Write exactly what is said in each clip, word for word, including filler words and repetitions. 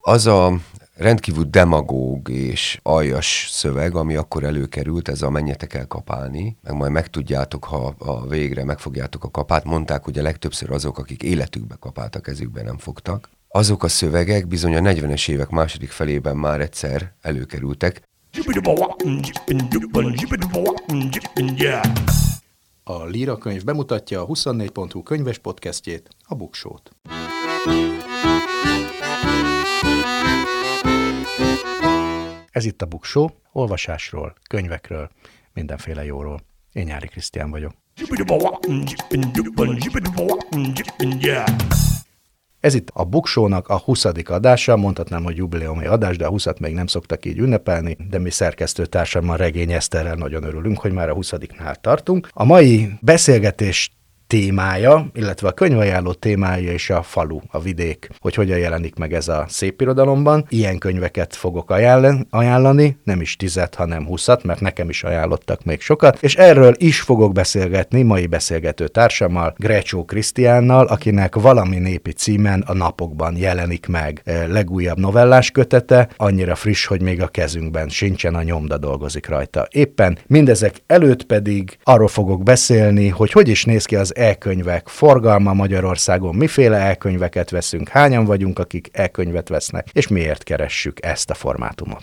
Az a rendkívül demagóg és aljas szöveg, ami akkor előkerült, ez a menjetek el kapálni, meg majd megtudjátok, ha a végre megfogjátok a kapát. Mondták, hogy a legtöbbször azok, akik életükbe kapát a kezükbe nem fogtak. Azok a szövegek bizony a negyvenes évek második felében már egyszer előkerültek. A Líra könyv bemutatja a huszonnégy pont hu könyves podcastjét, a Buksót. Ez itt a Buksó, olvasásról, könyvekről, mindenféle jóról. Én Nyári Krisztián vagyok. Ez itt a Buksónak a huszadik adása, mondhatnám, hogy jubileumi adás, de a huszat még nem szoktak így ünnepelni, de mi szerkesztőtársammal, Regény Eszterrel nagyon örülünk, hogy már a huszadiknál tartunk. A mai beszélgetés témája, illetve a könyvajánló témája is a falu, a vidék, hogy hogyan jelenik meg ez a szépirodalomban. Ilyen könyveket fogok ajánlani, nem is tizet, hanem huszat, mert nekem is ajánlottak még sokat, és erről is fogok beszélgetni mai beszélgető társammal, Grecsó Krisztiánnal, akinek Valami népi címen a napokban jelenik meg legújabb novellás kötete, annyira friss, hogy még a kezünkben sincsen, a nyomda dolgozik rajta éppen. Mindezek előtt pedig arról fogok beszélni, hogy hogy is néz ki az e-könyvek forgalma Magyarországon, miféle e-könyveket veszünk, hányan vagyunk, akik e-könyvet vesznek, és miért keressük ezt a formátumot.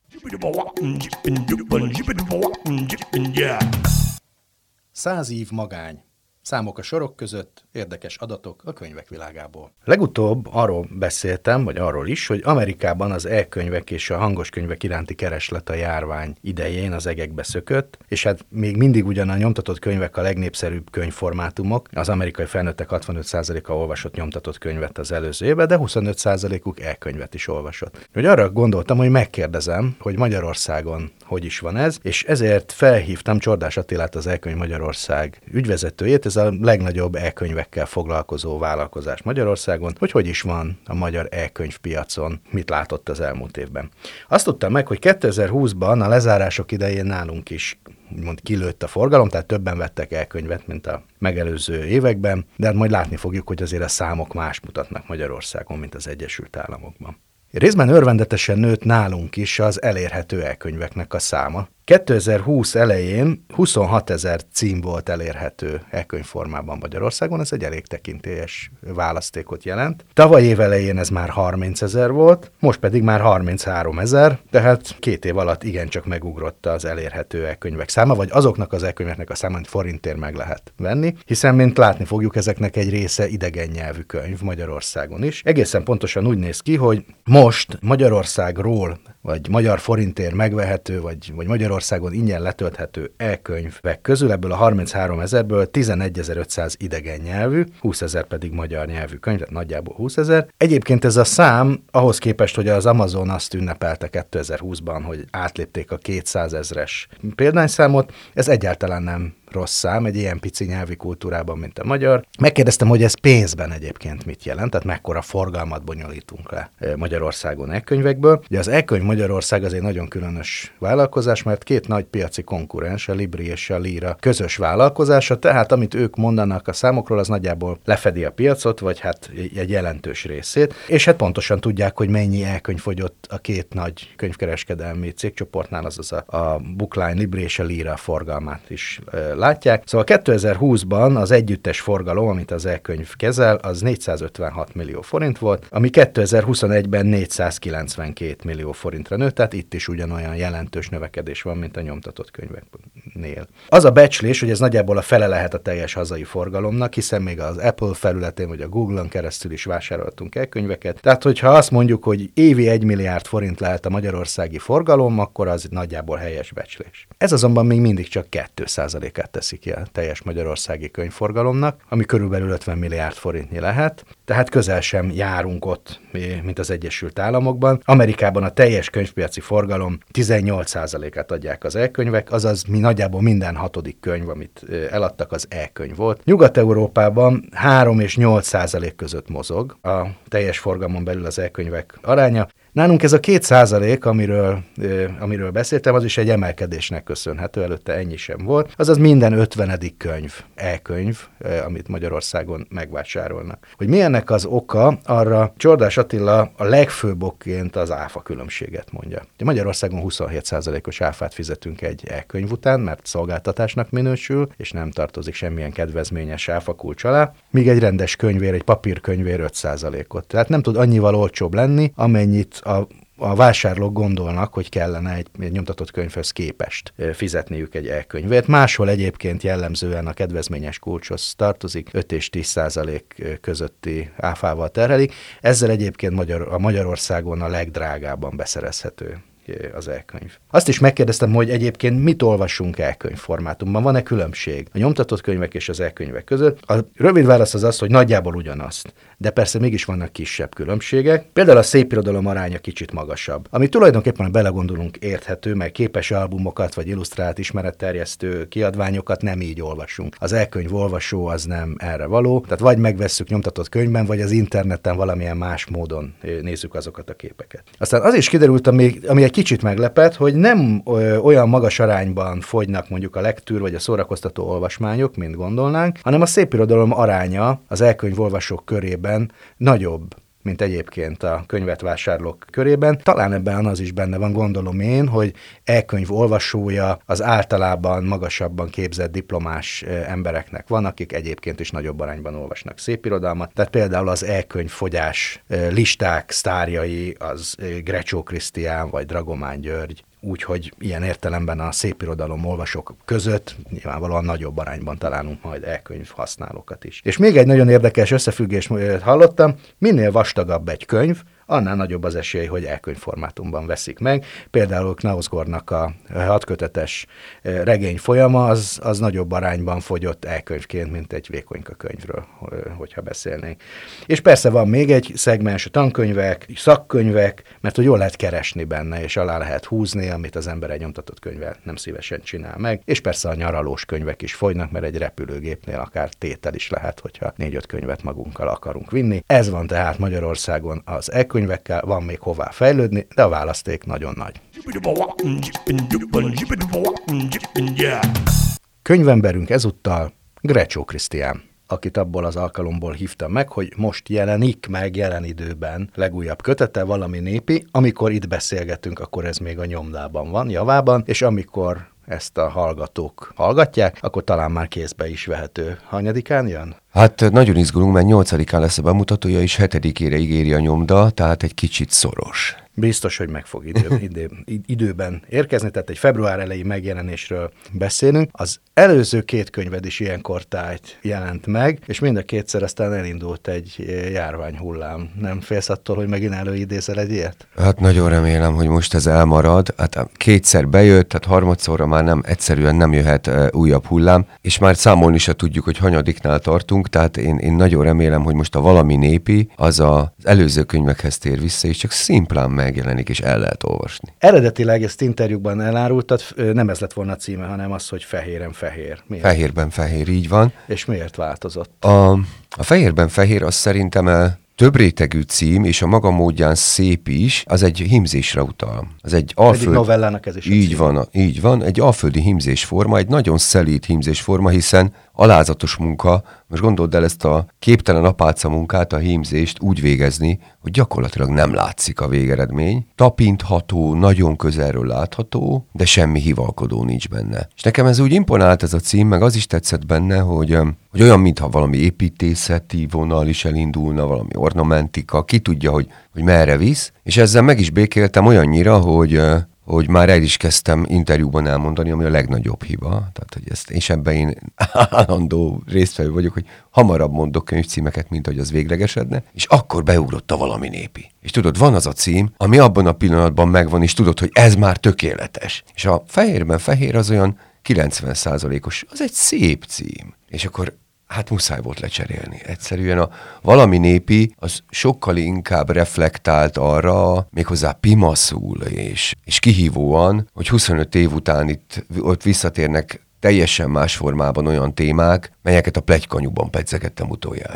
Száz év magány. Számok a sorok között, érdekes adatok a könyvek világából. Legutóbb arról beszéltem, vagy arról is, hogy Amerikában az e-könyvek és a hangos könyvek iránti kereslet a járvány idején az egekbe szökött, és hát még mindig ugyan a nyomtatott könyvek a legnépszerűbb könyvformátumok. Az amerikai felnőttek hatvanöt százaléka olvasott nyomtatott könyvet az előző évben, de huszonöt százalékuk e-könyvet is olvasott. Hogy arra gondoltam, hogy megkérdezem, hogy Magyarországon hogy is van ez, és ezért felhívtam Csordás Attilát, az E-könyv Magyarország ügyvezetőjét, ez a legnagyobb e-könyvekkel foglalkozó vállalkozás Magyarországon, hogy hogy is van a magyar e-könyvpiacon, mit látott az elmúlt évben. Azt tudtam meg, hogy kétezer-húszban a lezárások idején nálunk is úgymond kilőtt a forgalom, tehát többen vettek e-könyvet, mint a megelőző években, de hát majd látni fogjuk, hogy azért a számok más mutatnak Magyarországon, mint az Egyesült Államokban. Részben örvendetesen nőtt nálunk is az elérhető e-könyveknek a száma. kétezer-húsz elején huszonhatezer cím volt elérhető e-könyv formában Magyarországon, ez egy elég tekintélyes választékot jelent. Tavaly év elején ez már harmincezer volt, most pedig már harmincháromezer, tehát két év alatt igencsak megugrott az elérhető e-könyvek száma, vagy azoknak az e-könyveknek a száma, amit forintért meg lehet venni, hiszen, mint látni fogjuk, ezeknek egy része idegen nyelvű könyv Magyarországon is. Egészen pontosan úgy néz ki, hogy most Magyarországról, vagy magyar forintért megvehető, vagy, vagy Magyarországon ingyen letölthető e-könyvek közül, ebből a harmincháromezerből tizenegyezer-ötszáz idegen nyelvű, húszezer pedig magyar nyelvű könyv, tehát nagyjából húszezer. Egyébként ez a szám ahhoz képest, hogy az Amazon azt ünnepelte kétezer-húszban, hogy átlépték a kétszázezres példányszámot, ez egyáltalán nem rossz szám egy ilyen pici nyelvi kultúrában, mint a magyar. Megkérdeztem, hogy ez pénzben egyébként mit jelent, tehát mekkora forgalmat bonyolítunk le Magyarországon e-könyvekből. Ugye az e-könyv Magyarország az egy nagyon különös vállalkozás, mert két nagy piaci konkurens, a Libri és a Líra közös vállalkozása, tehát amit ők mondanak a számokról, az nagyjából lefedi a piacot, vagy hát egy jelentős részét, és hát pontosan tudják, hogy mennyi e-könyv fogyott a két nagy könyvkereskedelmi cégcsoportnál, azaz a, a Bookline, Libri és a Líra forgalmát is látják. Szóval kétezer-húszban az együttes forgalom, amit az e-könyv kezel, az négyszázötvenhat millió forint volt, ami kétezer-huszonegyben négyszázkilencvenkét millió forintra nőtt, tehát itt is ugyanolyan jelentős növekedés van, mint a nyomtatott könyveknél. Az a becslés, hogy ez nagyjából a fele lehet a teljes hazai forgalomnak, hiszen még az Apple felületén vagy a Google-on keresztül is vásároltunk e-könyveket. Tehát, hogyha azt mondjuk, hogy évi egy milliárd forint lehet a magyarországi forgalom, akkor az nagyjából helyes becslés. Ez azonban még mindig csak két százalékát teszi ki a teljes magyarországi könyvforgalomnak, ami körülbelül ötven milliárd forintnyi lehet, tehát közel sem járunk ott, mint az Egyesült Államokban. Amerikában a teljes könyvpiaci forgalom tizennyolc százalékát adják az e-könyvek, azaz mi nagyjából minden hatodik könyv, amit eladtak, az e-könyv volt. Nyugat-Európában három és nyolc százalék között mozog a teljes forgalmon belül az e-könyvek aránya. Nálunk ez a két százalék, amiről, amiről beszéltem, az is egy emelkedésnek köszönhető, előtte ennyi sem volt. Azaz minden ötvenedik könyv, e-könyv, amit Magyarországon megvásárolnak. Hogy mi ennek az oka, arra Csordás Attila a legfőbb okként az áfa különbséget mondja. Magyarországon huszonhét százalékos áfát fizetünk egy e-könyv után, mert szolgáltatásnak minősül, és nem tartozik semmilyen kedvezményes áfakulcs alá, míg egy rendes könyvér, egy papírkönyvér öt százalékot. Tehát nem tud annyival olcsóbb lenni, amennyit a, a vásárlók gondolnak, hogy kellene egy, egy nyomtatott könyvhöz képest fizetniük egy e-könyvért. Máshol egyébként jellemzően a kedvezményes kulcshoz tartozik, öt és tíz százalék közötti áfával terhelik. Ezzel egyébként Magyar, a Magyarországon a legdrágábban beszerezhető az e-könyv. Azt is megkérdeztem, hogy egyébként mit olvasunk e-könyv formátumban, van-e különbség a nyomtatott könyvek és az e-könyvek között? A rövid válasz az az, hogy nagyjából ugyanazt, de persze mégis vannak kisebb különbségek. Például a szépirodalom aránya kicsit magasabb, ami tulajdonképpen, ha belegondolunk, érthető, mert képes albumokat vagy illusztrált ismeretterjesztő kiadványokat nem így olvasunk. Az e-könyv olvasó az nem erre való, tehát vagy megvesszük nyomtatott könyvben, vagy az interneten valamilyen más módon nézzük azokat a képeket. Aztán az is kiderült, ami, ami egy kicsit meglepett, hogy nem olyan magas arányban fogynak mondjuk a lektűr vagy a szórakoztató olvasmányok, mint gondolnánk, hanem a szépirodalom aránya az e-könyv olvasók körében nagyobb, mint egyébként a könyvet vásárlók körében. Talán ebben az is benne van, gondolom én, hogy e-könyv olvasója az általában magasabban képzett diplomás embereknek van, akik egyébként is nagyobb arányban olvasnak szépirodalmat. Tehát például az e-könyv fogyás listák sztárjai az Grecsó Krisztián vagy Dragomán György, úgyhogy ilyen értelemben a szépirodalom olvasók között nyilvánvalóan nagyobb arányban találunk majd e-könyv használókat is. És még egy nagyon érdekes összefüggést hallottam, minél vastagabb egy könyv, annál nagyobb az esély, hogy e-könyv formátumban veszik meg. Például Knausgårdnak a hatkötetes regény folyama az, az nagyobb arányban fogyott e-könyvként, mint egy vékonyka könyvről, hogyha beszélnénk. És persze van még egy szegmens, a tankönyvek, szakkönyvek, mert hogy jól lehet keresni benne, és alá lehet húzni, amit az ember egy nyomtatott könyvvel nem szívesen csinál meg. És persze a nyaralós könyvek is fogynak, mert egy repülőgépnél akár tétel is lehet, hogyha négy-öt könyvet magunkkal akarunk vinni. Ez van tehát Magyarországon az e-könyv könyvekkel, van még hová fejlődni, de a választék nagyon nagy. Könyvemberünk ezúttal Grecsó Krisztián, akit abból az alkalomból hívtam meg, hogy most jelenik meg jelen időben legújabb kötete, Valami népi. Amikor itt beszélgetünk, akkor ez még a nyomdában van, javában, és amikor ezt a hallgatók hallgatják, akkor talán már kézbe is vehető. Hanyadikán jön? Hát nagyon izgulunk, mert nyolcadikán lesz a bemutatója, és hetedikére ígéri a nyomda, tehát egy kicsit szoros. Biztos, hogy meg fog idő, idő, időben érkezni, tehát egy február elejé megjelenésről beszélünk. Az előző két könyved is ilyenkor tájt jelent meg, és mind a kétszer aztán elindult egy járványhullám. Nem félsz attól, hogy megint előidézel egy ilyet? Hát nagyon remélem, hogy most ez elmarad. Hát kétszer bejött, tehát harmadszorra már nem, egyszerűen nem jöhet uh, újabb hullám, és már számolni se tudjuk, hogy hanyadiknál tartunk, tehát én, én nagyon remélem, hogy most a Valami népi az az előző könyvekhez tér vissza, és csak szimplán megjelenik, és el lehet olvasni. Eredetileg ezt interjúkban elárultad, nem ez lett volna a címe, hanem az, hogy fehéren fehér. Miért? Fehérben fehér, így van. És miért változott? A, a Fehérben fehér az szerintem több rétegű cím, és a maga módján szép is, az egy hímzésre utal. Az egy alföld... Egyik novellának ez is így van, így van, egy alföldi hímzésforma, egy nagyon szelíd hímzésforma, hiszen alázatos munka, most gondold el ezt a képtelen apáca munkát, a hímzést úgy végezni, hogy gyakorlatilag nem látszik a végeredmény. Tapintható, nagyon közelről látható, de semmi hivalkodó nincs benne. És nekem ez úgy imponált ez a cím, meg az is tetszett benne, hogy, hogy olyan, mintha valami építészeti vonal is elindulna, valami ornamentika, ki tudja, hogy, hogy merre visz. És ezzel meg is békéltem olyannyira, hogy... hogy már el is kezdtem interjúban elmondani, ami a legnagyobb hiba. Tehát, hogy ezt, és ebben én állandó résztvevő vagyok, hogy hamarabb mondok könyvcímeket, mint hogy az véglegesedne, és akkor beugrott a Valami népi. És tudod, van az a cím, ami abban a pillanatban megvan, és tudod, hogy ez már tökéletes. És a Fehérben fehér az olyan kilencven százalékos, az egy szép cím. És akkor hát muszáj volt lecserélni. Egyszerűen a Valami népi az sokkal inkább reflektált arra, méghozzá pimaszul és, és kihívóan, hogy huszonöt év után itt ott visszatérnek teljesen más formában olyan témák, melyeket a Pletykanyúban pedzegettem utoljára.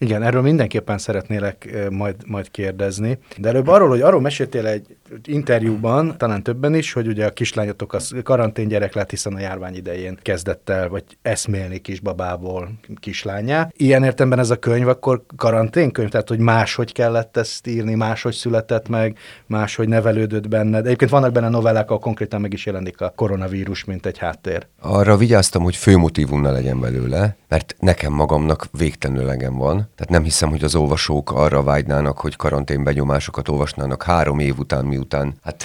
Igen, erről mindenképpen szeretnélek majd, majd kérdezni. De előbb arról, hogy arról meséltél egy interjúban, talán többen is, hogy ugye a kislányotok az karantén gyerek lett, hiszen a járvány idején kezdett el, vagy eszmélni kisbabából kislányá. Ilyen értelemben ez a könyv akkor karanténkönyv, tehát hogy máshogy kellett ezt írni, máshogy született meg, máshogy nevelődött benned. Egyébként vannak benne novellák, ahol konkrétan meg is jelenik a koronavírus, mint egy háttér. Arra vigyáztam, hogy főmotívum ne legyen belőle, mert nekem magamnak végtelenül elegem van. Tehát nem hiszem, hogy az olvasók arra vágynának, hogy karanténbenyomásokat olvasnának három év után, miután hát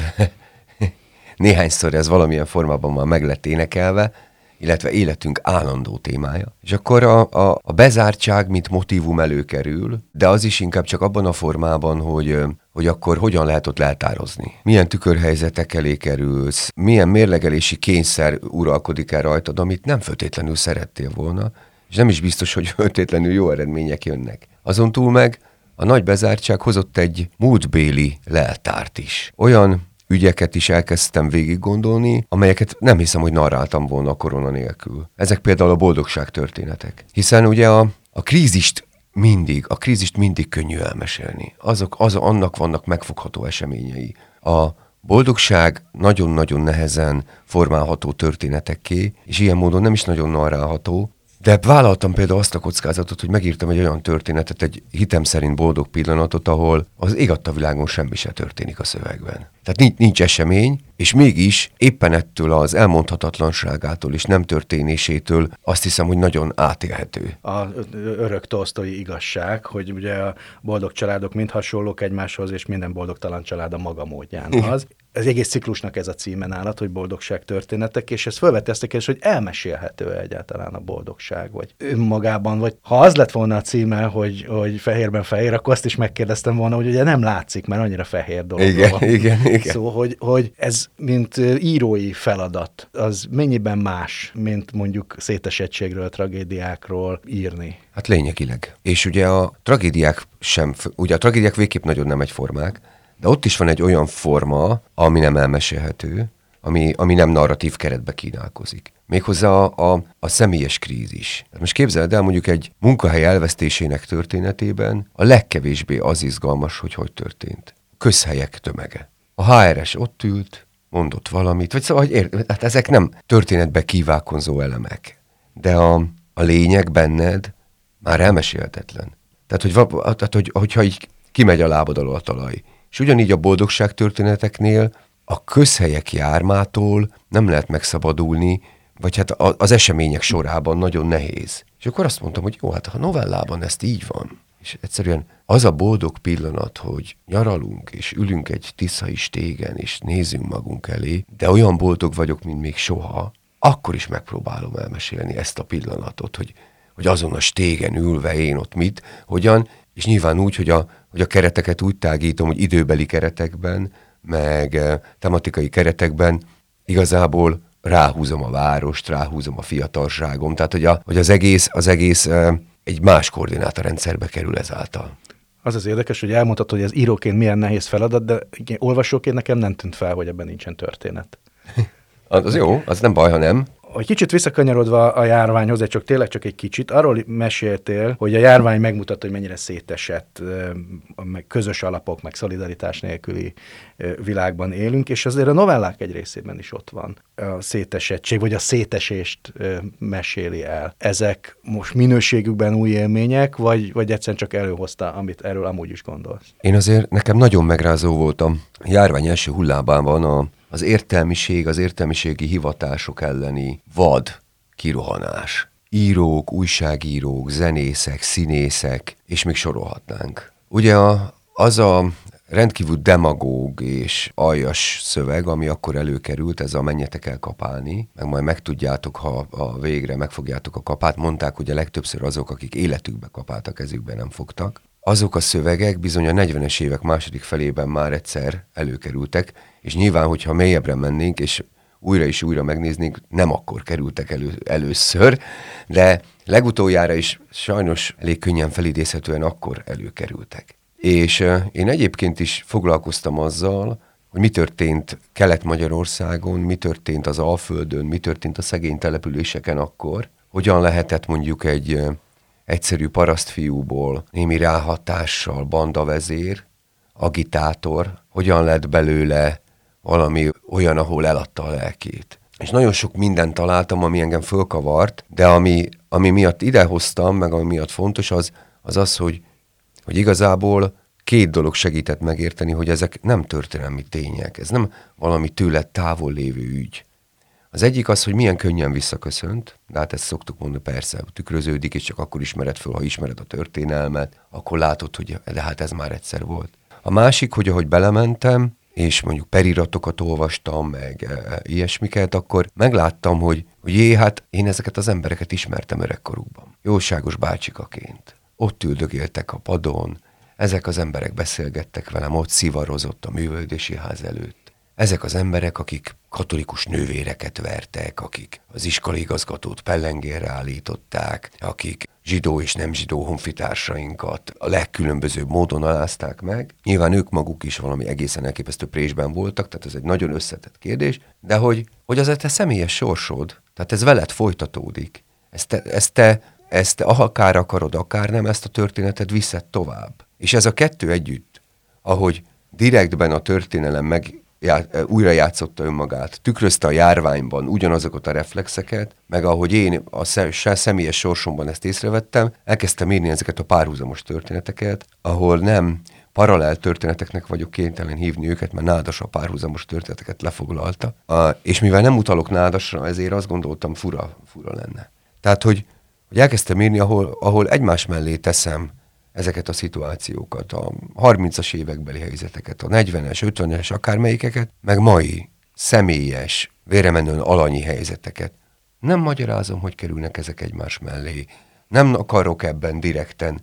néhányszor ez valamilyen formában már meg lett énekelve, illetve életünk állandó témája. És akkor a, a, a bezártság, mint motívum előkerül, de az is inkább csak abban a formában, hogy, hogy akkor hogyan lehet ott leltározni. Milyen tükörhelyzetek elé kerülsz, milyen mérlegelési kényszer uralkodik el rajtad, amit nem feltétlenül szerettél volna, és nem is biztos, hogy feltétlenül jó eredmények jönnek. Azon túl meg a nagy bezártság hozott egy múltbéli leltárt is. Olyan ügyeket is elkezdtem végig gondolni, amelyeket nem hiszem, hogy narráltam volna a korona nélkül. Ezek például a boldogság történetek. Hiszen ugye a, a krízist mindig, a krízist mindig könnyű elmesélni. Azok, az, annak vannak megfogható eseményei. A boldogság nagyon-nagyon nehezen formálható történetekké, és ilyen módon nem is nagyon narrálható. De vállaltam például azt a kockázatot, hogy megírtam egy olyan történetet, egy hitem szerint boldog pillanatot, ahol az ég adta világon semmi se történik a szövegben. Tehát nincs, nincs esemény, és mégis éppen ettől az elmondhatatlanságától és nem történésétől azt hiszem, hogy nagyon átélhető. A örök tolsztói igazság, hogy ugye a boldog családok mind hasonlók egymáshoz, és minden boldogtalan család a maga módján az. Az egész ciklusnak ez a címe nálad, hogy boldogság történetek, és ez felvette ezt a kérdést, hogy elmesélhető egyáltalán a boldogság, vagy önmagában, vagy ha az lett volna a címe, hogy, hogy fehérben fehér, akkor azt is megkérdeztem volna, hogy ugye nem látszik, mert annyira fehér dolog. Igen, van. igen, igen. Szóval, hogy, hogy ez, mint írói feladat, az mennyiben más, mint mondjuk szétesettségről, tragédiákról írni? Hát lényegileg. És ugye a tragédiák sem, ugye a tragédiák végképp nagyon nem egyformák, de ott is van egy olyan forma, ami nem elmesélhető, ami, ami nem narratív keretbe kínálkozik. Méghozzá a, a, a személyes krízis. Most képzeld el, mondjuk egy munkahely elvesztésének történetében a legkevésbé az izgalmas, hogy hogy történt. Közhelyek tömege. A há er es ott ült, mondott valamit, vagy szóval, hogy ér, hát ezek nem történetbe kívánkozó elemek. De a, a lényeg benned már elmesélhetetlen. Tehát, hogy, tehát hogy, hogyha így kimegy a lábad alól a talaj. És ugyanígy a boldogság történeteknél a közhelyek jármától nem lehet megszabadulni, vagy hát az események sorában nagyon nehéz. És akkor azt mondtam, hogy jó, hát a novellában ezt így van. És egyszerűen az a boldog pillanat, hogy nyaralunk, és ülünk egy tiszai stégen, és nézünk magunk elé, de olyan boldog vagyok, mint még soha, akkor is megpróbálom elmesélni ezt a pillanatot, hogy, hogy azon a stégen ülve én ott mit, hogyan, és nyilván úgy, hogy a, hogy a kereteket úgy tágítom, hogy időbeli keretekben, meg eh, tematikai keretekben igazából ráhúzom a várost, ráhúzom a fiatalságom, tehát hogy, a, hogy az egész, az egész eh, egy más koordinátorrendszerbe kerül ezáltal. Az az érdekes, hogy elmondtad, hogy ez íróként milyen nehéz feladat, de olvasóként nekem nem tűnt fel, hogy ebben nincsen történet. Az jó, az nem baj, ha nem. Egy kicsit visszakanyarodva a járványhoz, de csak tényleg csak egy kicsit, arról meséltél, hogy a járvány megmutatta, hogy mennyire szétesett, meg közös alapok, meg szolidaritás nélküli világban élünk, és azért a novellák egy részében is ott van a szétesettség, vagy a szétesést meséli el. Ezek most minőségükben új élmények, vagy, vagy egyszerűen csak előhozta, amit erről amúgy is gondolsz? Én azért, nekem nagyon megrázó voltam. A járvány első hullában van a az értelmiség, az értelmiségi hivatások elleni vad kirohanás. Írók, újságírók, zenészek, színészek, és még sorolhatnánk. Ugye a, az a rendkívül demagóg és aljas szöveg, ami akkor előkerült, ez a menjetek el kapálni, meg majd megtudjátok, ha a végre megfogjátok a kapát, mondták, hogy a legtöbbször azok, akik életükbe kapát a kezükbe nem fogtak. Azok a szövegek bizony a negyvenes évek második felében már egyszer előkerültek, és nyilván, hogyha mélyebbre mennénk, és újra és újra megnéznénk, nem akkor kerültek elő, először, de legutoljára is sajnos elég könnyen felidézhetően akkor előkerültek. És uh, én egyébként is foglalkoztam azzal, hogy mi történt Kelet-Magyarországon, mi történt az Alföldön, mi történt a szegény településeken akkor, hogyan lehetett mondjuk egy, uh, egyszerű parasztfiúból, némi ráhatással bandavezér, agitátor, hogyan lett belőle valami olyan, ahol eladta a lelkét. És nagyon sok mindent találtam, ami engem fölkavart, de ami, ami miatt idehoztam, meg ami miatt fontos, az az, az hogy, hogy igazából két dolog segített megérteni, hogy ezek nem történelmi tények, ez nem valami tőle távol lévő ügy. Az egyik az, hogy milyen könnyen visszaköszönt, de hát ezt szoktuk mondani, persze, tükröződik, és csak akkor ismered föl, ha ismered a történelmet, akkor látod, hogy de hát ez már egyszer volt. A másik, hogy ahogy belementem, és mondjuk periratokat olvastam, meg e, ilyesmiket, akkor megláttam, hogy, hogy jé, hát én ezeket az embereket ismertem öregkorukban. Jóságos bácsikaként. Ott üldögéltek a padon, ezek az emberek beszélgettek velem, ott szivarozott a művelődési ház előtt. Ezek az emberek, akik katolikus nővéreket vertek, akik az iskolai igazgatót pellengérre állították, akik zsidó és nem zsidó honfitársainkat a legkülönbözőbb módon alázták meg. Nyilván ők maguk is valami egészen elképesztő présben voltak, tehát ez egy nagyon összetett kérdés, de hogy, hogy az a te személyes sorsod, tehát ez veled folytatódik. Ezt te, ezt te, ezt te akár akarod, akár nem, ezt a történetet viszed tovább. És ez a kettő együtt, ahogy direktben a történelem meg Já, újra játszotta önmagát, tükrözte a járványban ugyanazokat a reflexeket, meg ahogy én a személyes sorsomban ezt észrevettem, elkezdtem írni ezeket a párhuzamos történeteket, ahol nem paralel történeteknek vagyok kénytelen hívni őket, mert Nádas a párhuzamos történeteket lefoglalta. A, és mivel nem utalok Nádasra, ezért azt gondoltam, fura, fura lenne. Tehát, hogy, hogy elkezdtem írni, ahol, ahol egymás mellé teszem ezeket a szituációkat, a harmincas évekbeli helyzeteket, a negyvenes, ötvenes, akármelyikeket, meg mai, személyes, véremenően alanyi helyzeteket. Nem magyarázom, hogy kerülnek ezek egymás mellé. Nem akarok ebben direkten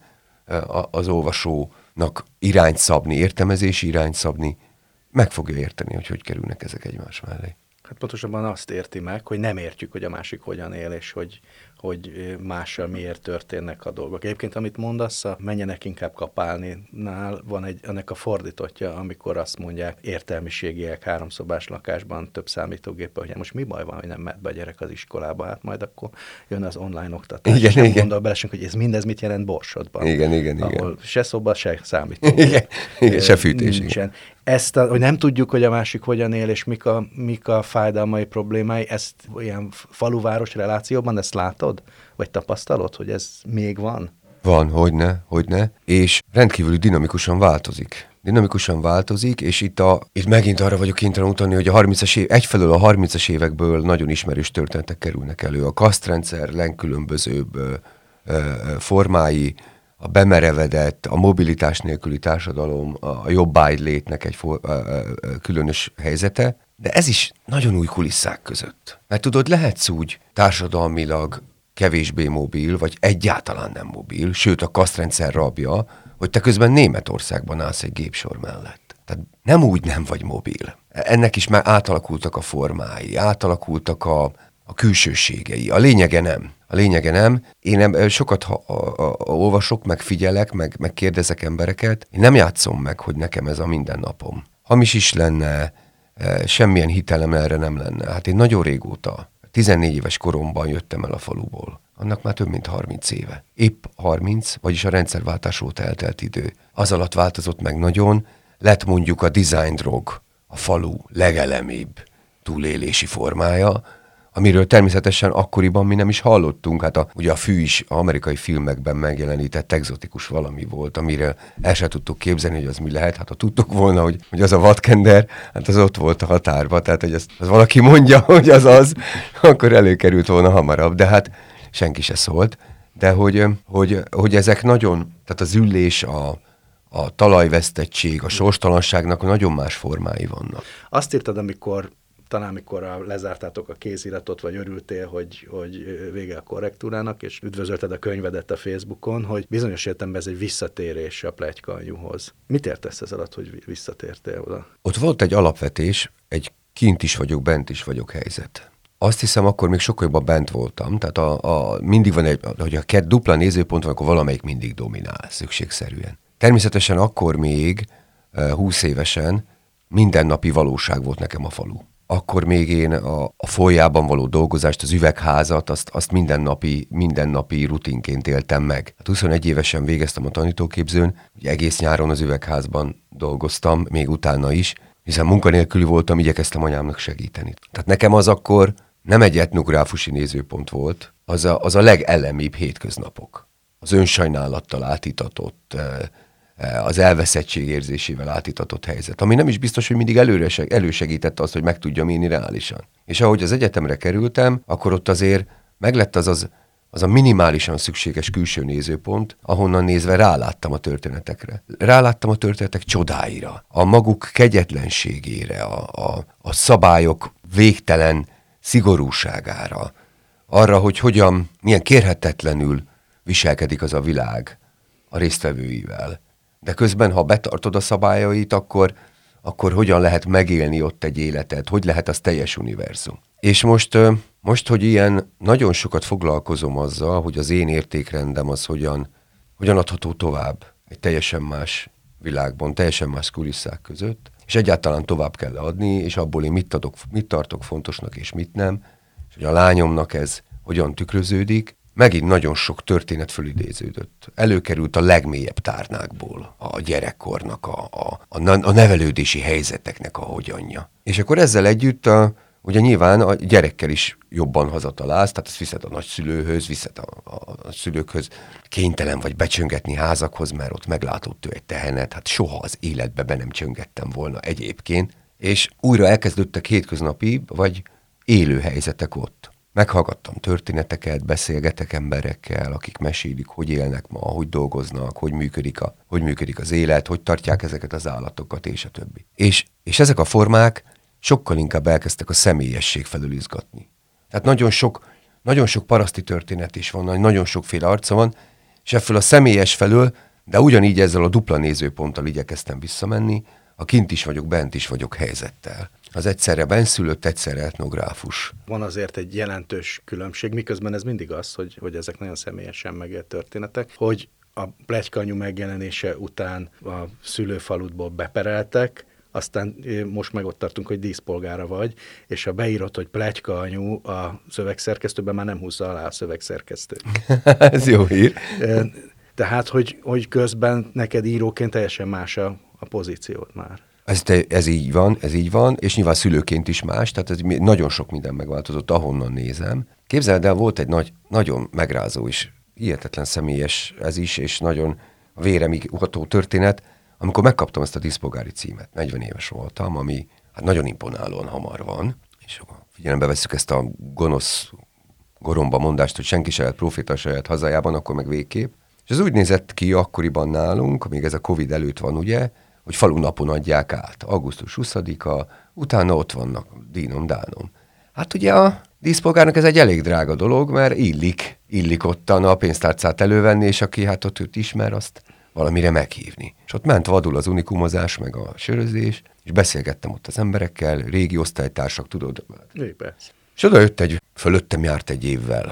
az olvasónak irányt szabni, értelmezési irányt szabni. Meg fogja érteni, hogy hogy kerülnek ezek egymás mellé. Hát pontosabban azt érti meg, hogy nem értjük, hogy a másik hogyan él, és hogy, hogy mással miért történnek a dolgok. Egyébként, amit mondasz, a menjenek inkább kapálni, nál van egy, ennek a fordítottja, amikor azt mondják, értelmiségiek háromszobás lakásban több számítógéppel, hogy most mi baj van, hogy nem mehet be a gyerek az iskolába, hát majd akkor jön az online oktatás. Igen, és nem igen. gondol belesünk, hogy ez mindez mit jelent Borsodban. Igen, igen, ahol igen. se szoba, se számítógép. Igen, igen, se fűtés. Nincsen. Ezt, a, hogy nem tudjuk, hogy a másik hogyan él, és mik a, mik a fájdalmai, problémái, ezt ilyen faluváros relációban, ezt látod? Vagy tapasztalod, hogy ez még van? Van, hogyne, hogyne, és rendkívül dinamikusan változik. Dinamikusan változik, és itt, a, itt megint arra vagyok kénytelen utalni, hogy a harmincas év, egyfelől a harmincas évekből nagyon ismerős történetek kerülnek elő. A kasztrendszer legkülönbözőbb ö, ö, formái, a bemerevedett, a mobilitás nélküli társadalom, a jobbágy létnek egy for, ö, ö, különös helyzete, de ez is nagyon új kulisszák között. Mert tudod, lehetsz úgy társadalmilag kevésbé mobil, vagy egyáltalán nem mobil, sőt a kasztrendszer rabja, hogy te közben Németországban állsz egy gépsor mellett. Tehát nem úgy nem vagy mobil. Ennek is már átalakultak a formái, átalakultak a, a külsőségei. A lényege nem. A lényege nem. Én nem, sokat ha, a, a, a, olvasok, meg figyelek, meg, meg kérdezek embereket. Én nem játszom meg, hogy nekem ez a mindennapom. Hamis is lenne, semmilyen hitelem erre nem lenne. Hát én nagyon régóta, tizennégy éves koromban jöttem el a faluból. Annak már több mint harminc éve. Épp harminc, vagyis a rendszerváltás óta eltelt idő. Az alatt változott meg nagyon, lett mondjuk a design drog, a falu legelemibb túlélési formája, amiről természetesen akkoriban mi nem is hallottunk. Hát a, ugye a fű is amerikai filmekben megjelenített egzotikus valami volt, amire el sem tudtuk képzelni, hogy az mi lehet. Hát ha tudtuk volna, hogy, hogy az a vadkender, hát az ott volt a határban, tehát hogy ezt, az valaki mondja, hogy az az, akkor előkerült volna hamarabb, de hát senki se szólt. De hogy, hogy, hogy ezek nagyon, tehát az üllés, a, a talajvesztettség, a sorstalanságnak nagyon más formái vannak. Azt írtad, amikor talán amikor a, lezártátok a kéziratot, vagy örültél, hogy, hogy vége a korrektúrának, és üdvözölted a könyvedet a Facebookon, hogy bizonyos értelemben ez egy visszatérés a pletyka anyuhoz. Mit értesz ez alatt, hogy visszatértél oda? Ott volt egy alapvetés, egy kint is vagyok, bent is vagyok helyzet. Azt hiszem, akkor még sokkal jobban bent voltam, tehát a, a, mindig van egy, hogy a két dupla nézőpont van, akkor valamelyik mindig dominál, szükségszerűen. Természetesen akkor még húsz évesen mindennapi valóság volt nekem a falu. akkor még én a, a folyában való dolgozást, az üvegházat, azt, azt mindennapi, mindennapi rutinként éltem meg. Hát huszonegy évesen végeztem a tanítóképzőn, ugye egész nyáron az üvegházban dolgoztam, még utána is, hiszen munkanélküli voltam, igyekeztem anyámnak segíteni. Tehát nekem az akkor nem egy etnográfusi nézőpont volt, az a, az a legelemibb hétköznapok. Az önsajnálattal átítatott, az elveszettség érzésével átítatott helyzet, ami nem is biztos, hogy mindig előre seg- elősegítette azt, hogy meg tudjam élni reálisan. És ahogy az egyetemre kerültem, akkor ott azért meglett az, az, az a minimálisan szükséges külső nézőpont, ahonnan nézve ráláttam a történetekre. Ráláttam a történetek csodáira, a maguk kegyetlenségére, a, a, a szabályok végtelen szigorúságára, arra, hogy hogyan, milyen kérhetetlenül viselkedik az a világ a résztvevőivel. De közben, ha betartod a szabályait, akkor, akkor hogyan lehet megélni ott egy életet, hogy lehet az teljes univerzum. És most, most, hogy ilyen nagyon sokat foglalkozom azzal, hogy az én értékrendem az hogyan, hogyan adható tovább egy teljesen más világban, teljesen más kulisszák között, és egyáltalán tovább kell adni, és abból én mit, adok, mit tartok fontosnak, és mit nem, és hogy a lányomnak ez hogyan tükröződik, megint nagyon sok történet fölidéződött. Előkerült a legmélyebb tárnákból a gyerekkornak, a, a, a nevelődési helyzeteknek a hogyanja. És akkor ezzel együtt a, ugye nyilván a gyerekkel is jobban hazatalálsz, tehát ezt viszed a nagyszülőhöz, viszed a, a, a szülőkhöz, kénytelen vagy becsöngetni házakhoz, mert ott meglátott ő egy tehenet, hát soha az életbe be nem csöngettem volna egyébként, és újra elkezdődtek hétköznapi vagy élő helyzetek ott. Meghallgattam történeteket, beszélgetek emberekkel, akik mesélik, hogy élnek ma, hogy dolgoznak, hogy működik, a, hogy működik az élet, hogy tartják ezeket az állatokat, és a többi. És, és ezek a formák sokkal inkább elkezdtek a személyesség felől izgatni. Tehát nagyon sok, nagyon sok paraszti történet is van, nagyon sokféle arca van, és ebből a személyes felől, de ugyanígy ezzel a dupla nézőponttal igyekeztem visszamenni, a kint is vagyok, bent is vagyok helyzettel. Az egyszerre benszülött, egyszerre etnográfus. Van azért egy jelentős különbség, miközben ez mindig az, hogy, hogy ezek nagyon személyesen megélt történetek, hogy a pletykaanyu megjelenése után a szülőfaludból bepereltek, aztán most meg ott tartunk, hogy díszpolgára vagy, és ha beírod, hogy pletykaanyu a szövegszerkesztőben, már nem húzza alá a szövegszerkesztő. Ez jó hír. Tehát, hogy, hogy közben neked íróként teljesen más a, a pozíciód már. Ez, te, ez így van, ez így van, és nyilván szülőként is más, tehát ez nagyon sok minden megváltozott, ahonnan nézem. Képzeld el, volt egy nagy, nagyon megrázó is, hihetetlen személyes ez is, és nagyon véremig uható történet, amikor megkaptam ezt a díszpolgári címet. negyven éves voltam, ami hát nagyon imponálóan hamar van, és figyelembe vesszük ezt a gonosz goromba mondást, hogy senki se lehet proféta a saját hazájában, akkor meg végképp. És ez úgy nézett ki akkoriban nálunk, még ez a Covid előtt van, ugye, hogy falunapon adják át. augusztus huszadika, utána ott vannak dínom, dánom. Hát ugye a díszpolgárnak ez egy elég drága dolog, mert illik, illik ottan a pénztárcát elővenni, és aki hát ott őt ismer, azt valamire meghívni. És ott ment vadul az unikumozás, meg a sörözés, és beszélgettem ott az emberekkel, régi osztálytársak, tudod. Persze. És oda jött egy, fölöttem járt egy évvel.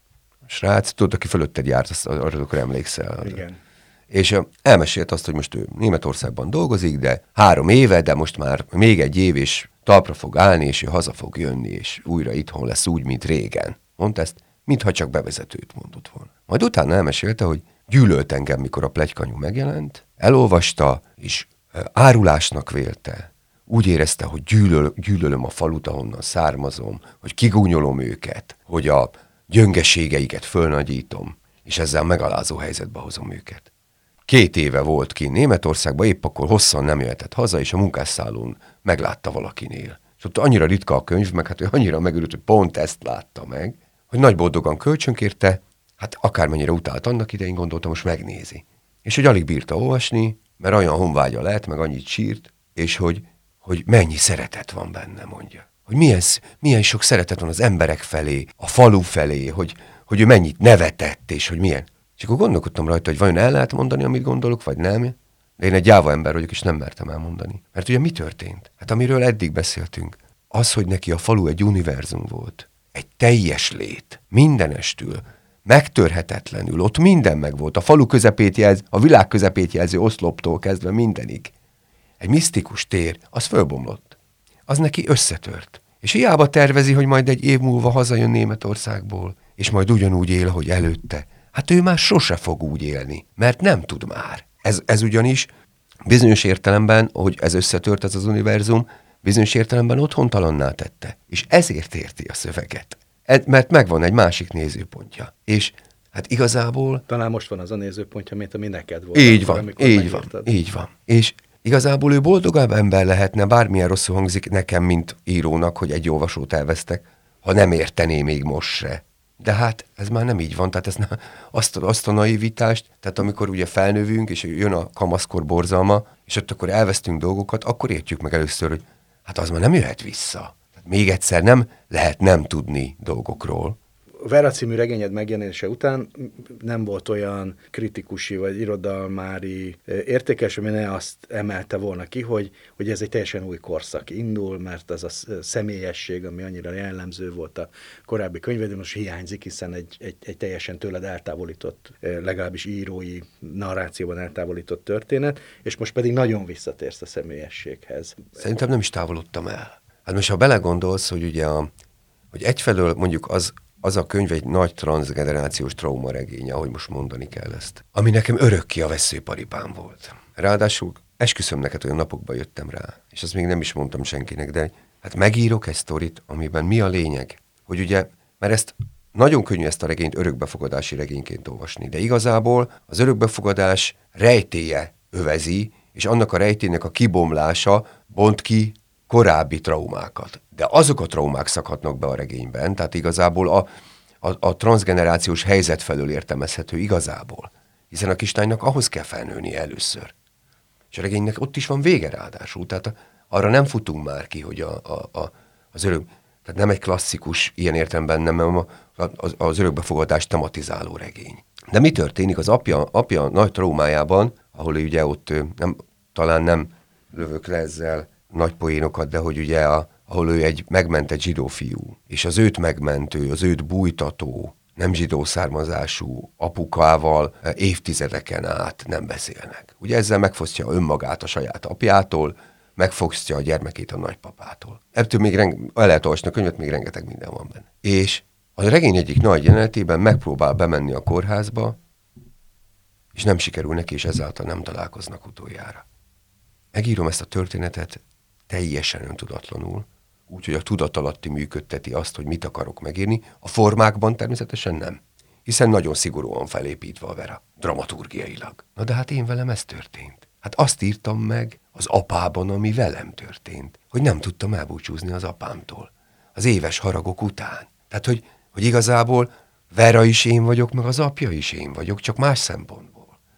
A srác, tudod, aki fölötted járt, azt, arra akkor emlékszel. Igen. És uh, elmesélt azt, hogy most ő Németországban dolgozik, de három éve, de most már még egy év, és talpra fog állni, és ő haza fog jönni, és újra itthon lesz úgy, mint régen. Mondta ezt, mintha csak bevezetőt mondott volna. Majd utána elmesélte, hogy gyűlölt engem, mikor a pletykaanyu megjelent, elolvasta, és uh, árulásnak vélte. Úgy érezte, hogy gyűlöl, gyűlölöm a falut, ahonnan származom, hogy kigúnyolom őket, hogy a gyöngeségeiket fölnagyítom, és ezzel megalázó helyzetbe hozom őket. Két éve volt ki Németországban, épp akkor hosszan nem jöhetett haza, és a munkásszállón meglátta valakinél. És ott annyira ritka a könyv, meg hát ő annyira megörült, hogy pont ezt látta meg, hogy nagy boldogan kölcsönkérte, hát akármennyire utált annak idején, gondoltam, most megnézi. És hogy alig bírta olvasni, mert olyan honvágya lett, meg annyit sírt, és hogy, hogy mennyi szeretet van benne, mondja. Hogy milyen, milyen sok szeretet van az emberek felé, a falu felé, hogy, hogy ő mennyit nevetett, és hogy milyen. És akkor gondolkodtam rajta, hogy vajon el lehet mondani, amit gondolok, vagy nem. De én egy gyáva ember vagyok, és nem mertem elmondani. Mert ugye mi történt? Hát amiről eddig beszéltünk, az, hogy neki a falu egy univerzum volt. Egy teljes lét, mindenestül, megtörhetetlenül, ott minden megvolt. A falu közepét jelz, a világ közepét jelző oszloptól kezdve mindenig. Egy misztikus tér, az fölbomlott. Az neki összetört. És hiába tervezi, hogy majd egy év múlva hazajön Németországból, és majd ugyanúgy él, hogy előtte. Hát ő már sose fog úgy élni, mert nem tud már. Ez, ez ugyanis bizonyos értelemben, hogy ez összetört ez az univerzum, bizonyos értelemben otthontalanná tette. És ezért érti a szöveget. Mert megvan egy másik nézőpontja. És hát igazából... Talán most van az a nézőpontja, mint ami neked volt. Így van, így van, így van. És igazából ő boldogabb ember lehetne, bármilyen rosszul hangzik nekem, mint írónak, hogy egy olvasót elvesztek, ha nem értené még most se. De hát ez már nem így van, tehát ez ne, azt, azt a naivitást, tehát amikor ugye felnövünk, és jön a kamaszkor borzalma, és ott akkor elvesztünk dolgokat, akkor értjük meg először, hogy hát az már nem jöhet vissza. Tehát még egyszer nem lehet nem tudni dolgokról. A Vera című regényed megjelenése után nem volt olyan kritikusi vagy irodalmári értékes, ami ne azt emelte volna ki, hogy, hogy ez egy teljesen új korszak indul, mert az a személyesség, ami annyira jellemző volt a korábbi könyvedben, most hiányzik, hiszen egy, egy, egy teljesen tőled eltávolított, legalábbis írói narrációban eltávolított történet, és most pedig nagyon visszatérsz a személyességhez. Szerintem nem is távolodtam el. Hát most ha belegondolsz, hogy ugye a, hogy egyfelől mondjuk az az a könyv egy nagy transzgenerációs traumaregény, ahogy most mondani kell ezt, ami nekem örökké a veszőparipám volt. Ráadásul esküszöm neked, olyan napokban jöttem rá, és azt még nem is mondtam senkinek, de hát megírok egy sztorit, amiben mi a lényeg, hogy ugye, mert ezt nagyon könnyű ezt a regényt örökbefogadási regényként olvasni, de igazából az örökbefogadás rejtélye övezi, és annak a rejtélynek a kibomlása bont ki korábbi traumákat. De azok a traumák szakadnak be a regényben, tehát igazából a, a, a transzgenerációs helyzet felől értelmezhető igazából. Hiszen a kislánynak ahhoz kell felnőni először. És a regénynek ott is van vége ráadásul, tehát a, arra nem futunk már ki, hogy a, a, a, az örök, tehát nem egy klasszikus ilyen értelemben, nem a, az, az örökbefogadást tematizáló regény. De mi történik? Az apja, apja nagy traumájában, ahol ugye ott nem, talán nem lövök le ezzel nagy poénokat, de hogy ugye a, ahol ő egy megmentett zsidó fiú, és az őt megmentő, az őt bújtató, nem zsidó származású apukával évtizedeken át nem beszélnek. Ugye ezzel megfosztja önmagát a saját apjától, megfosztja a gyermekét a nagypapától. Ebből még renge, el lehet olvasni a könyvet, még rengeteg minden van benne. És a regény egyik nagy jelenetében megpróbál bemenni a kórházba, és nem sikerül neki, és ezáltal nem találkoznak utoljára. Megírom ezt a történetet teljesen öntudatlanul, úgyhogy a tudatalatti működteti azt, hogy mit akarok megírni, a formákban természetesen nem, hiszen nagyon szigorúan felépítve a Vera, dramaturgiailag. Na de hát én velem ez történt. Hát azt írtam meg az apában, ami velem történt, hogy nem tudtam elbúcsúzni az apámtól, az éves haragok után. Tehát, hogy, hogy igazából Vera is én vagyok, meg az apja is én vagyok, csak más szempontból.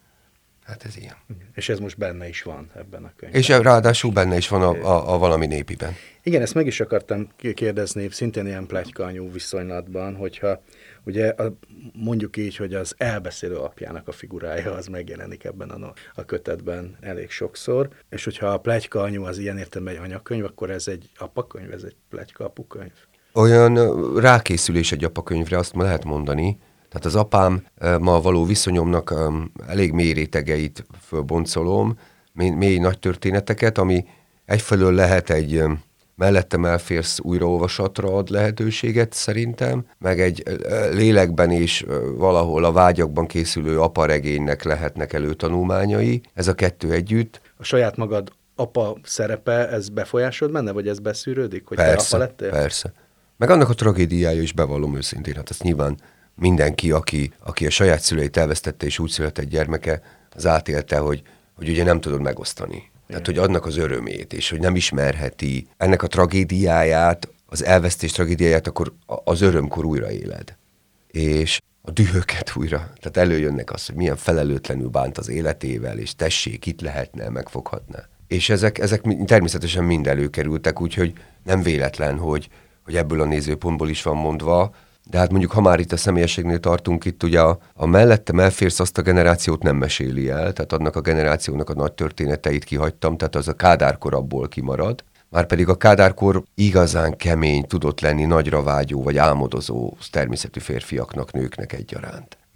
Hát ez ilyen. És ez most benne is van ebben a könyvben. És ráadásul benne is van a, a, a valami népiben. Igen, ezt meg is akartam kérdezni, szintén ilyen pletykaanyú viszonylatban, hogyha ugye a, mondjuk így, hogy az elbeszélő apjának a figurája az megjelenik ebben a, a kötetben elég sokszor, és hogyha a pletykaanyú az ilyen értelemben egy anyakönyv, akkor ez egy apakönyv, ez egy pletyka apukönyv. Olyan rákészülés egy apakönyvre, azt ma lehet mondani. Tehát az apám ma való viszonyomnak elég mély rétegeit fölboncolom, mély, mély nagy történeteket, ami egyfelől lehet egy mellettem elférsz újraolvasatra ad lehetőséget szerintem, meg egy lélekben és valahol a vágyakban készülő aparegénynek lehetnek előtanulmányai, ez a kettő együtt. A saját magad apa szerepe, ez befolyásod benne, vagy ez beszűrődik, hogy persze, te apa lettél? Persze. Meg annak a tragédiája is bevallom őszintén, hát ezt nyilván mindenki, aki, aki a saját szüleit elvesztette és úgy született gyermeke, az átélte, hogy, hogy ugye nem tudod megosztani. Tehát, hogy adnak az örömét, és hogy nem ismerheti ennek a tragédiáját, az elvesztés tragédiáját, akkor az örömkor újra éled. És a dühöket újra, tehát előjönnek az, hogy milyen felelőtlenül bánt az életével, és tessék, itt lehetne, megfoghatná. És ezek, ezek természetesen mind előkerültek, úgyhogy nem véletlen, hogy, hogy ebből a nézőpontból is van mondva, de hát mondjuk, ha már itt a személyességnél tartunk, itt ugye a, a mellettem elférsz azt a generációt nem meséli el, tehát annak a generációnak a nagy történeteit kihagytam, tehát az a Kádárkor abból kimarad. Márpedig a Kádárkor igazán kemény tudott lenni nagyra vágyó vagy álmodozó természetű férfiaknak, nőknek egyaránt.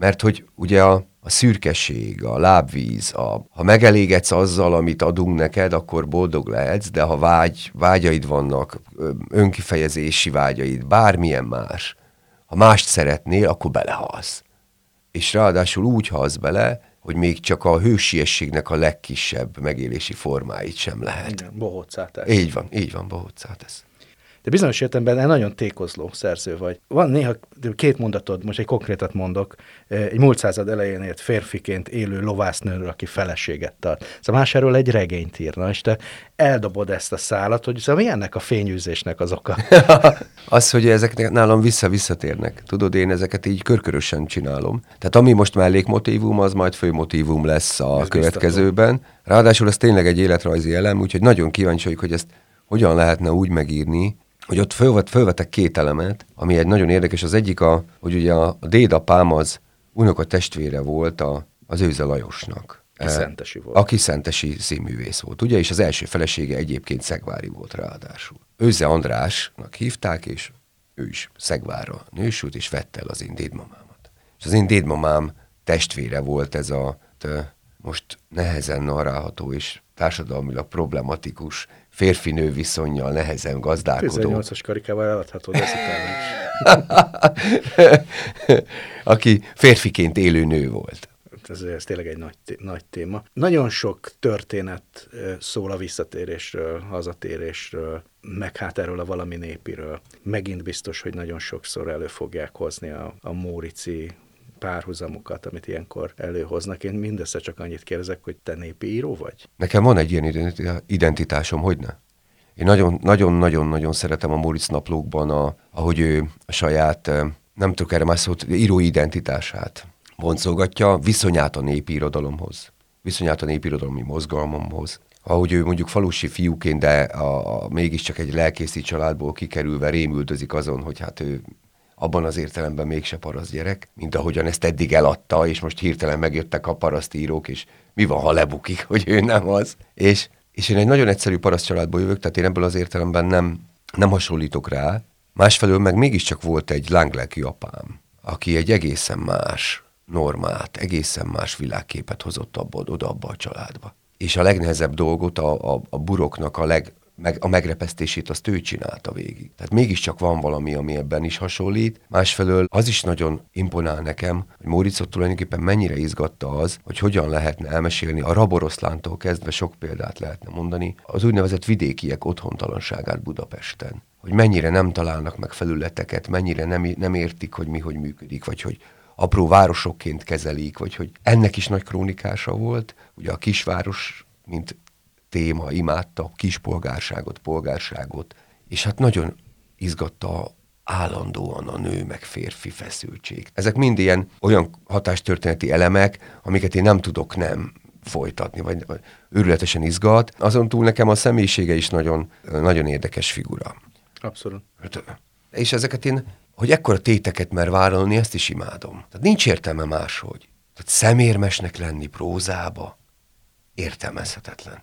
Mert hogy ugye a, a szürkeség, a lábvíz, a, ha megelégedsz azzal, amit adunk neked, akkor boldog lehetsz, de ha vágy, vágyaid vannak, önkifejezési vágyaid, bármilyen más, ha mást szeretnél, akkor belehalsz. És ráadásul úgy halsz bele, hogy még csak a hősiességnek a legkisebb megélési formáit sem lehet. Igen, bohóccá tesz. Így van, így van, bohóccá tesz. De bizonyos értelemben nagyon tékozló szerző vagy. Van néha két mondatod, most egy konkrétat mondok, egy múlt század elején élt férfiként élő lovásznőről, aki feleséget tart. Szóval másáról egy regényt írna, és te eldobod ezt a szálat, hogy szóval mi ennek a fényűzésnek az oka? Az, hogy ezek nálam vissza-visszatérnek. Tudod, én ezeket így körkörösen csinálom. Tehát ami most mellékmotívum, az majd főmotívum lesz a Ez következőben. Biztató. Ráadásul ez tényleg egy életrajzi elem, úgyhogy nagyon kíváncsi vagyok, hogy ezt hogyan lehetne úgy megírni, hogy ott fölvet, fölvetek két elemet, ami egy nagyon érdekes. Az egyik, a, hogy ugye a, a dédapám az unoka testvére volt a, az Őze Lajosnak. Aki szentesi volt. Aki szentesi színművész volt, ugye, és az első felesége egyébként szegvári volt ráadásul. Őze Andrásnak hívták, és ő is Szegvárra nősült, és vette el az én dédmamámat. És az én dédmamám testvére volt ez a te, most nehezen narrálható és társadalmilag problematikus férfi-nő viszonnyal nehezen gazdálkodó. tizennyolcas karikával eladhatod ezt aki férfiként élő nő volt. Ez, ez tényleg egy nagy, nagy téma. Nagyon sok történet szól a visszatérésről, hazatérésről, meg hát erről a valami népiről. Megint biztos, hogy nagyon sokszor elő fogják hozni a, a mórici párhuzamokat, amit ilyenkor előhoznak. Én mindössze csak annyit kérdezek, hogy te népi író vagy? Nekem van egy ilyen identitásom, hogyne? Én nagyon-nagyon-nagyon szeretem a Móricz naplókban, a, ahogy ő a saját, nem tudok erre más szót, írói identitását boncolgatja, viszonyát a népi irodalomhoz, viszonyát a népi irodalmi mozgalmamhoz. Ahogy ő mondjuk falusi fiúként, de a, a, mégiscsak egy lelkészi családból kikerülve rémüldözik azon, hogy hát ő abban az értelemben mégse paraszt gyerek, mint ahogyan ezt eddig eladta, és most hirtelen megjöttek a parasztírók, és mi van, ha lebukik, hogy ő nem az. És, és én egy nagyon egyszerű paraszt családból jövök, tehát én ebből az értelemben nem, nem hasonlítok rá. Másfelől meg mégiscsak volt egy lánglelkű apám, aki egy egészen más normát, egészen más világképet hozott abba, oda abba a családba. És a legnehezebb dolgot, a, a, a buroknak a leg... meg a megrepesztését azt ő csinálta végig. Tehát mégiscsak van valami, ami ebben is hasonlít. Másfelől az is nagyon imponál nekem, hogy Móriczot tulajdonképpen mennyire izgatta az, hogy hogyan lehetne elmesélni, a Raboroszlántól kezdve sok példát lehetne mondani, az úgynevezett vidékiek otthontalanságát Budapesten. Hogy mennyire nem találnak meg felületeket, mennyire nem, nem értik, hogy mi hogy működik, vagy hogy apró városokként kezelik, vagy hogy ennek is nagy krónikása volt. Ugye a kisváros, mint téma, imádta a kispolgárságot, polgárságot, és hát nagyon izgatta állandóan a nő meg férfi feszültség. Ezek mind ilyen olyan hatástörténeti elemek, amiket én nem tudok nem folytatni, vagy, vagy őrületesen izgat. Azon túl nekem a személyisége is nagyon, nagyon érdekes figura. Abszolút. És ezeket én, hogy ekkora téteket mer vállalni, ezt is imádom. Tehát nincs értelme máshogy. Tehát szemérmesnek lenni prózába értelmezhetetlen.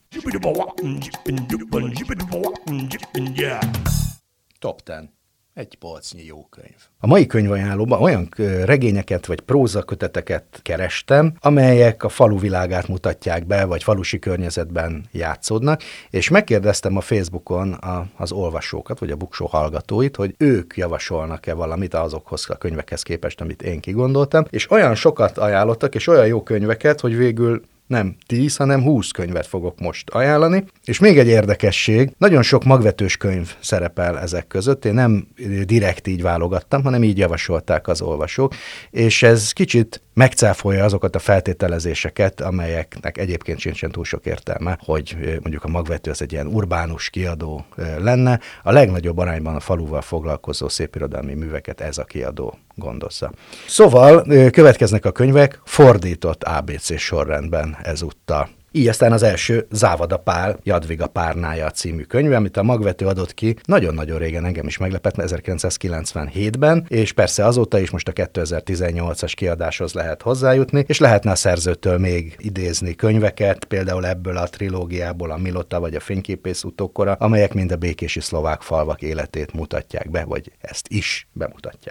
Top tíz. Egy polcnyi jó könyv. A mai könyvajánlóban olyan regényeket vagy prózaköteteket kerestem, amelyek a falu világát mutatják be, vagy falusi környezetben játszódnak, és megkérdeztem a Facebookon a, az olvasókat, vagy a Buksó hallgatóit, hogy ők javasolnak-e valamit azokhoz a könyvekhez képest, amit én kigondoltam, és olyan sokat ajánlottak, és olyan jó könyveket, hogy végül nem tíz, hanem húsz könyvet fogok most ajánlani. És még egy érdekesség, nagyon sok magvetős könyv szerepel ezek között. Én nem direkt így válogattam, hanem így javasolták az olvasók, és ez kicsit megcáfolja azokat a feltételezéseket, amelyeknek egyébként sincsen túl sok értelme, hogy mondjuk a magvető az egy ilyen urbánus kiadó lenne. A legnagyobb arányban a faluval foglalkozó szépirodalmi műveket ez a kiadó gondozza. Szóval következnek a könyvek fordított á bé cé sorrendben ezúttal. Így aztán az első Závada Pál, Jadviga Párnája című könyve, amit a magvető adott ki nagyon-nagyon régen, engem is meglepett, ezerkilencszázkilencvenhétben, és persze azóta is most a kétezer-tizennyolcas kiadáshoz lehet hozzájutni, és lehetne a szerzőtől még idézni könyveket, például ebből a trilógiából a Milota vagy a Fényképész utókora, amelyek mind a békési szlovák falvak életét mutatják be, vagy ezt is bemutatják.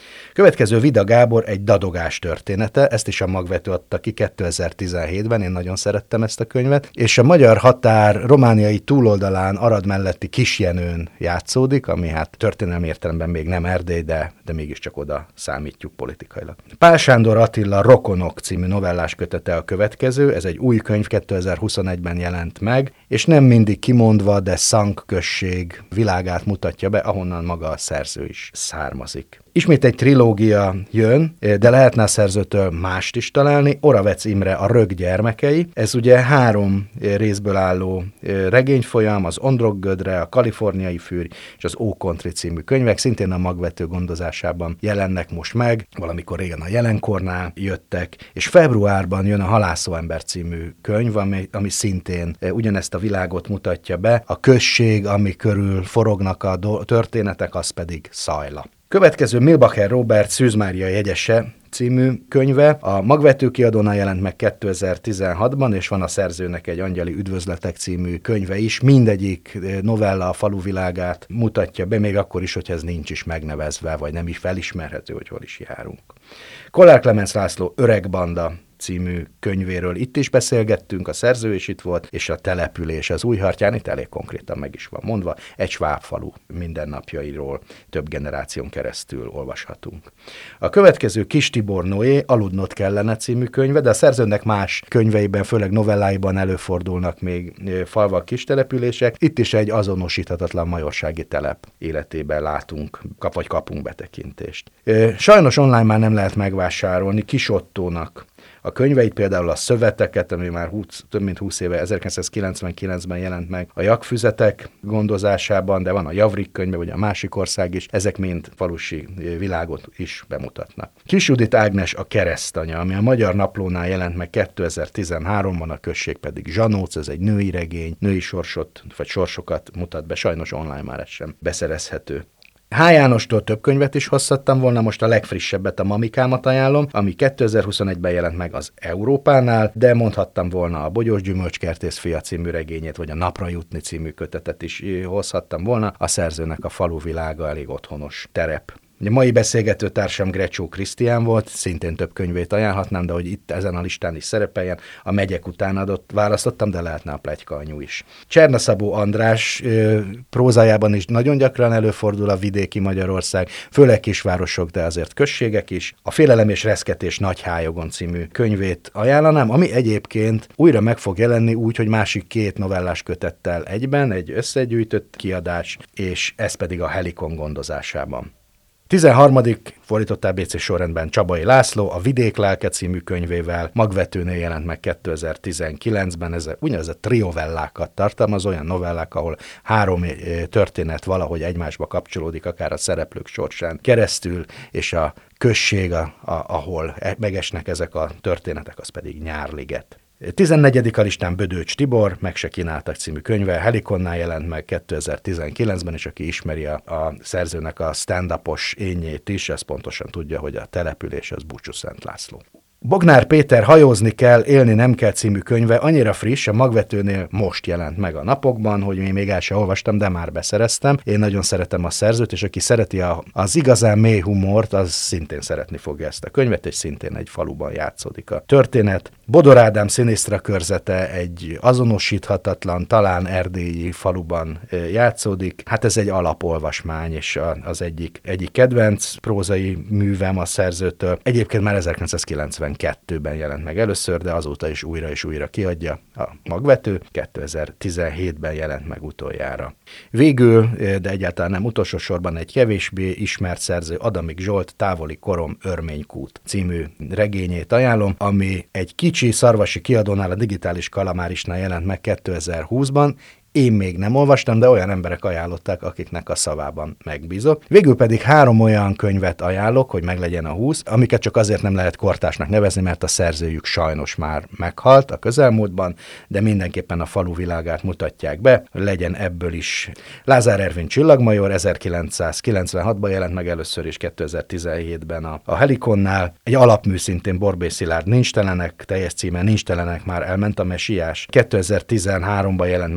Következő Vida Gábor egy dadogás története, ezt is a Magvető adta ki kétezer-tizenhétben, én nagyon szerettem ezt a könyvet, és a magyar határ romániai túloldalán Arad melletti Kisjenőn játszódik, ami hát történelmi értelemben még nem Erdély, de, de mégiscsak oda számítjuk politikailag. Pál Sándor Attila Rokonok című novellás kötete a következő, ez egy új könyv, kétezer-huszonegyben jelent meg, és nem mindig kimondva, de Szank község világát mutatja be, ahonnan maga a szerző is származik. Ismét egy trilógia jön, de lehetne a szerzőtől mást is találni. Oravec Imre A Rög gyermekei. Ez ugye három részből álló regényfolyam, az Ondroggödre, a Kaliforniai fűr és az Ókontri című könyvek, szintén a Magvető gondozásában jelennek most meg, valamikor régen a Jelenkornál jöttek, és februárban jön a Halászóember című könyv, ami, ami szintén ugyanezt a világot mutatja be. A község, ami körül forognak a do- történetek, az pedig Szajla. Következő Milbacher Róbert Szűz Mária jegyese című könyve. A Magvető kiadónál jelent meg kétezer-tizenhatban, és van a szerzőnek egy Angyali üdvözletek című könyve is. Mindegyik novella a falu világát mutatja be, még akkor is, hogyha ez nincs is megnevezve, vagy nem is felismerhető, hogy hol is járunk. Kollár Klemenc László Öreg banda című könyvéről itt is beszélgettünk, a szerző is itt volt, és a település az Újhartyán, itt elég konkrétan meg is van mondva, egy sváb falu mindennapjairól több generáción keresztül olvashatunk. A következő Kis Tibor Noé Aludnod kellene című könyve, de a szerzőnek más könyveiben, főleg novelláiban előfordulnak még falvak, kis települések. Itt is egy azonosíthatatlan majorsági telep életében látunk, kap vagy kapunk betekintést. Sajnos online már nem lehet megvásárolni Kis Ottónak a könyveit, például a Szöveteket, ami már húsz, több mint húsz éve, ezerkilencszázkilencvenkilencben jelent meg a Jakfüzetek gondozásában, de van a Javrik könyve, vagy a Másik ország is, ezek mind falusi világot is bemutatnak. Kis Judit Ágnes A keresztanya, ami a Magyar Naplónál jelent meg kétezer-tizenháromban, a község pedig Zsanóc, ez egy női regény, női sorsot, vagy sorsokat mutat be, sajnos online már ez sem beszerezhető. H. Jánostól több könyvet is hozhattam volna, most a legfrissebbet, a Mamikámat ajánlom, ami kétezer-huszonegyben jelent meg az Európánál, de mondhattam volna a Bogyós Gyümölcskertész fia című regényét, vagy a Napra jutni című kötetet is hozhattam volna. A szerzőnek a falu világa elég otthonos terep. A mai beszélgető társam Grecsó Krisztián volt, szintén több könyvét ajánlhatnám, de hogy itt ezen a listán is szerepeljen, a Megyek után adott választottam, de lehetne a Pletyka anyu is. Csernaszabó András ö, prózájában is nagyon gyakran előfordul a vidéki Magyarország, főleg kisvárosok, de azért községek is. A Félelem és reszketés Nagyhályogon című könyvét ajánlanám, ami egyébként újra meg fog jelenni úgy, hogy másik két novellás kötettel egyben, egy összegyűjtött kiadás, és ez pedig a Helikon gondozásában. tizenharmadik fordított á bé cé sorrendben Csabai László, a Vidék lelke című könyvével, Magvetőnél jelent meg kétezer-tizenkilencben, ez úgynevezett triovellákat tartalmaz, olyan novellák, ahol három történet valahogy egymásba kapcsolódik, akár a szereplők sorsán keresztül, és a község, a, a, ahol megesnek ezek a történetek, az pedig Nyárliget. tizennegyedik a listán Bödöcs Tibor, Meg se kínáltak című könyve, Helikonnál jelent meg kétezer-tizenkilencben, és aki ismeri a, a szerzőnek a stand-upos énjét is, ez pontosan tudja, hogy a település az Búcsúszent László. Bognár Péter Hajózni kell, élni nem kell című könyve annyira friss, a Magvetőnél most jelent meg a napokban, hogy én még el sem olvastam, de már beszereztem. Én nagyon szeretem a szerzőt, és aki szereti a, az igazán mély humort, az szintén szeretni fogja ezt a könyvet, és szintén egy faluban játszódik a történet. Bodor Ádám Szinisztra körzete egy azonosíthatatlan, talán erdélyi faluban játszódik. Hát ez egy alapolvasmány, és az egyik, egyik kedvenc prózai művem a szerzőtől. Egyébként már ezerkilencszázkilencvenkettőben jelent meg először, de azóta is újra és újra kiadja a Magvető. kétezer-tizenhétben jelent meg utoljára. Végül, de egyáltalán nem utolsó sorban, egy kevésbé ismert szerző, Adamik Zsolt Távoli korom Örménykút című regényét ajánlom, ami egy kicsi szarvasi kiadónál, a Digitális Kalamárisnál jelent meg kétezer-húszban. Én még nem olvastam, de olyan emberek ajánlották, akiknek a szavában megbízok. Végül pedig három olyan könyvet ajánlok, hogy meglegyen a húsz, amiket csak azért nem lehet kortársnak nevezni, mert a szerzőjük sajnos már meghalt a közelmúltban, de mindenképpen a falu világát mutatják be, legyen ebből is. Lázár Ervin Csillagmajor ezerkilencszázkilencvenhatban jelent meg először, is kétezer-tizenhétben a, a Helikonnál. Egy alapmű szintén Borbély Szilárd Nincstelenek, teljes címe Nincstelenek, már elment a mesiás. kétezer-tizenháromban jelent meg először,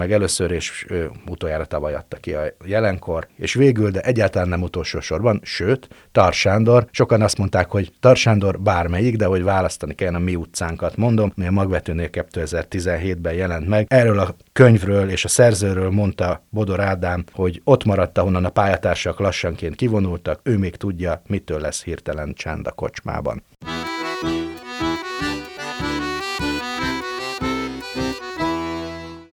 először, és ő, utoljára tavaly adta ki a jelenkor, és végül, de egyáltalán nem utolsó sorban, sőt, Tar Sándor, sokan azt mondták, hogy Tar Sándor bármelyik, de hogy választani kellene a Mi utcánkat, mondom, mi a Magvetőnél kétezer-tizenhétben jelent meg. Erről a könyvről és a szerzőről mondta Bodor Ádám, hogy ott maradt, ahonnan a pályatársak lassanként kivonultak, ő még tudja, mitől lesz hirtelen csend a kocsmában.